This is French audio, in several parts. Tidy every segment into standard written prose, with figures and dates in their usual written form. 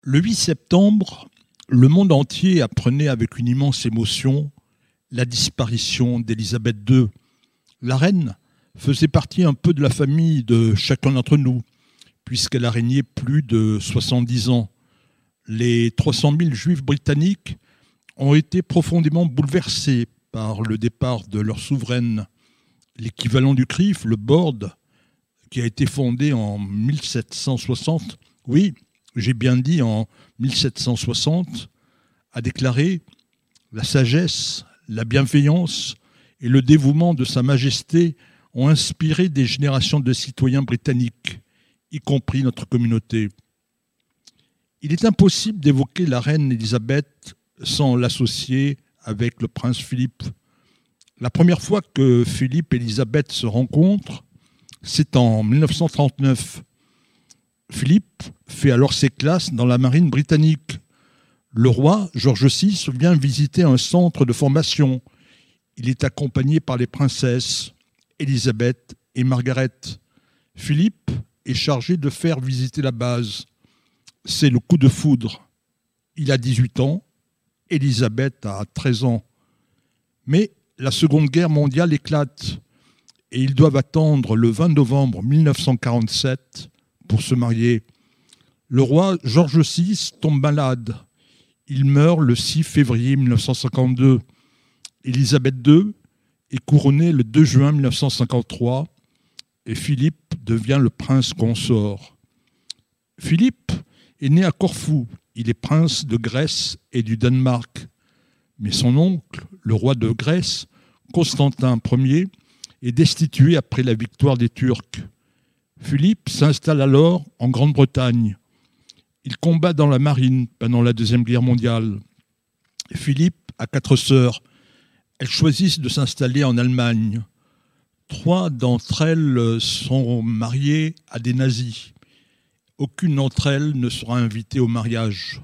Le 8 septembre, le monde entier apprenait avec une immense émotion la disparition d'Élisabeth II. La reine faisait partie un peu de la famille de chacun d'entre nous, puisqu'elle a régné plus de 70 ans. Les 300 000 juifs britanniques ont été profondément bouleversés par le départ de leur souveraine. L'équivalent du CRIF, le Board, qui a été fondé en 1760, oui, j'ai bien dit en 1760, a déclaré « La sagesse, la bienveillance et le dévouement de Sa Majesté ont inspiré des générations de citoyens britanniques, y compris notre communauté. » Il est impossible d'évoquer la reine Élisabeth sans l'associer avec le prince Philippe. La première fois que Philippe et Élisabeth se rencontrent, c'est en 1939. Philippe fait alors ses classes dans la marine britannique. Le roi, George VI, vient visiter un centre de formation. Il est accompagné par les princesses Élisabeth et Margaret. Philippe est chargé de faire visiter la base. C'est le coup de foudre. Il a 18 ans, Élisabeth a 13 ans. Mais la Seconde Guerre mondiale éclate et ils doivent attendre le 20 novembre 1947 pour se marier. Le roi George VI tombe malade. Il meurt le 6 février 1952. Élisabeth II est couronnée le 2 juin 1953 et Philippe devient le prince consort. Philippe est né à Corfou. Il est prince de Grèce et du Danemark. Mais son oncle, le roi de Grèce, Constantin Ier, est destitué après la victoire des Turcs. Philippe s'installe alors en Grande-Bretagne. Il combat dans la marine pendant la Deuxième Guerre mondiale. Philippe a 4 sœurs. Elles choisissent de s'installer en Allemagne. 3 d'entre elles sont mariées à des nazis. Aucune d'entre elles ne sera invitée au mariage.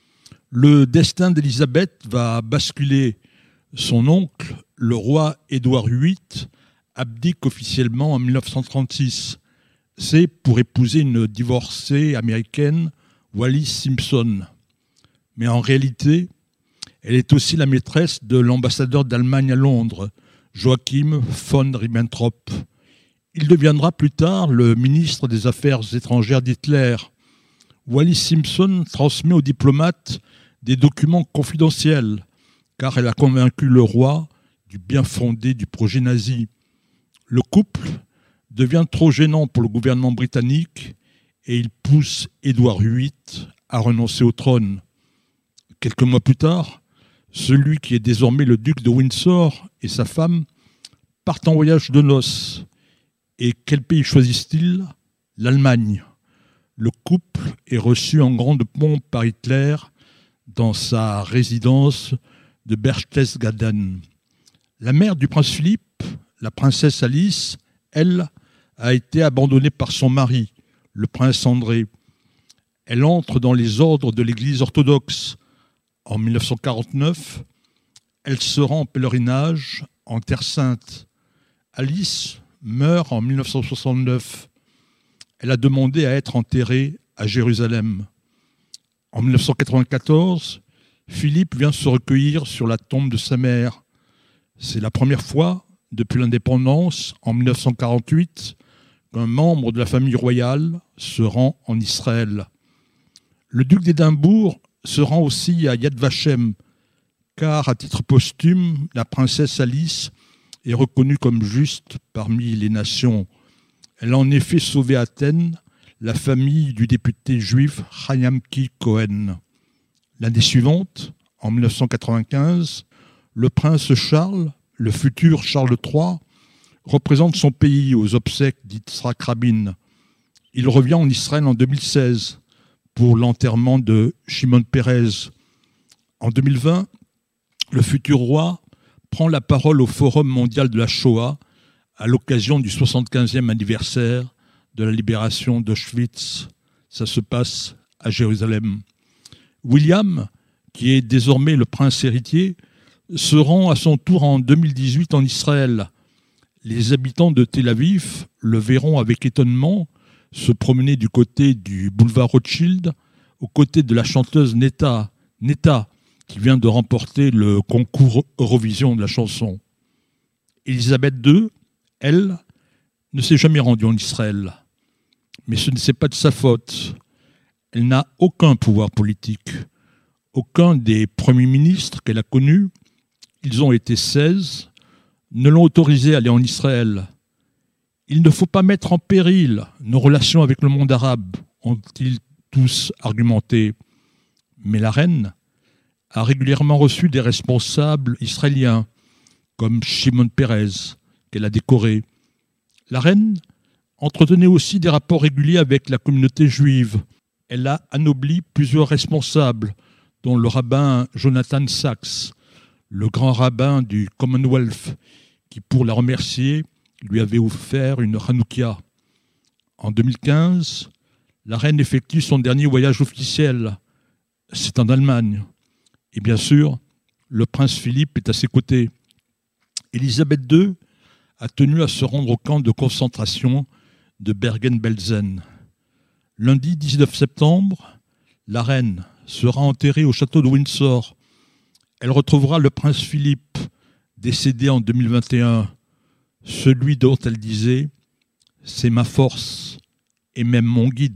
Le destin d'Élisabeth va basculer. Son oncle, le roi Édouard VIII, abdique officiellement en 1936. C'est pour épouser une divorcée américaine, Wallis Simpson. Mais en réalité, elle est aussi la maîtresse de l'ambassadeur d'Allemagne à Londres, Joachim von Ribbentrop. Il deviendra plus tard le ministre des Affaires étrangères d'Hitler. Wallis Simpson transmet aux diplomates des documents confidentiels, car elle a convaincu le roi du bien fondé du projet nazi. Le couple devient trop gênant pour le gouvernement britannique et il pousse Édouard VIII à renoncer au trône. Quelques mois plus tard, celui qui est désormais le duc de Windsor et sa femme partent en voyage de noces. Et quel pays choisissent-ils ? L'Allemagne. Le couple est reçu en grande pompe par Hitler dans sa résidence de Berchtesgaden. La mère du prince Philippe, la princesse Alice, elle, a été abandonnée par son mari, le prince André. Elle entre dans les ordres de l'Église orthodoxe. En 1949, elle se rend en pèlerinage en Terre Sainte. Alice meurt en 1969. Elle a demandé à être enterrée à Jérusalem. En 1994, Philippe vient se recueillir sur la tombe de sa mère. C'est la première fois, depuis l'indépendance, en 1948, qu'un membre de la famille royale se rend en Israël. Le duc d'Édimbourg se rend aussi à Yad Vashem, car à titre posthume, la princesse Alice est reconnue comme juste parmi les nations. Elle a en effet sauvé Athènes, la famille du député juif Chaim Ki Cohen. L'année suivante, en 1995, le prince Charles, le futur Charles III, représente son pays aux obsèques d'Yitzhak Rabin. Il revient en Israël en 2016 pour l'enterrement de Shimon Peres. En 2020, le futur roi prend la parole au Forum mondial de la Shoah à l'occasion du 75e anniversaire de la libération d'Auschwitz. Ça se passe à Jérusalem. William, qui est désormais le prince héritier, se rend à son tour en 2018 en Israël. Les habitants de Tel Aviv le verront avec étonnement se promener du côté du boulevard Rothschild, aux côtés de la chanteuse Netta, qui vient de remporter le concours Eurovision de la chanson. Élisabeth II, elle, ne s'est jamais rendue en Israël. Mais ce n'est pas de sa faute. Elle n'a aucun pouvoir politique. Aucun des premiers ministres qu'elle a connus, ils ont été 16, ne l'ont autorisée à aller en Israël. Il ne faut pas mettre en péril nos relations avec le monde arabe, ont-ils tous argumenté. Mais la reine a régulièrement reçu des responsables israéliens, comme Shimon Peres, qu'elle a décoré. La reine entretenait aussi des rapports réguliers avec la communauté juive. Elle a anobli plusieurs responsables, dont le rabbin Jonathan Sachs, le grand rabbin du Commonwealth, qui, pour la remercier, lui avait offert une Hanoukia. En 2015, la reine effectue son dernier voyage officiel. C'est en Allemagne. Et bien sûr, le prince Philippe est à ses côtés. Élisabeth II a tenu à se rendre au camp de concentration de Bergen-Belsen. Lundi 19 septembre, la reine sera enterrée au château de Windsor. Elle retrouvera le prince Philippe, décédé en 2021, celui dont elle disait « C'est ma force et même mon guide ».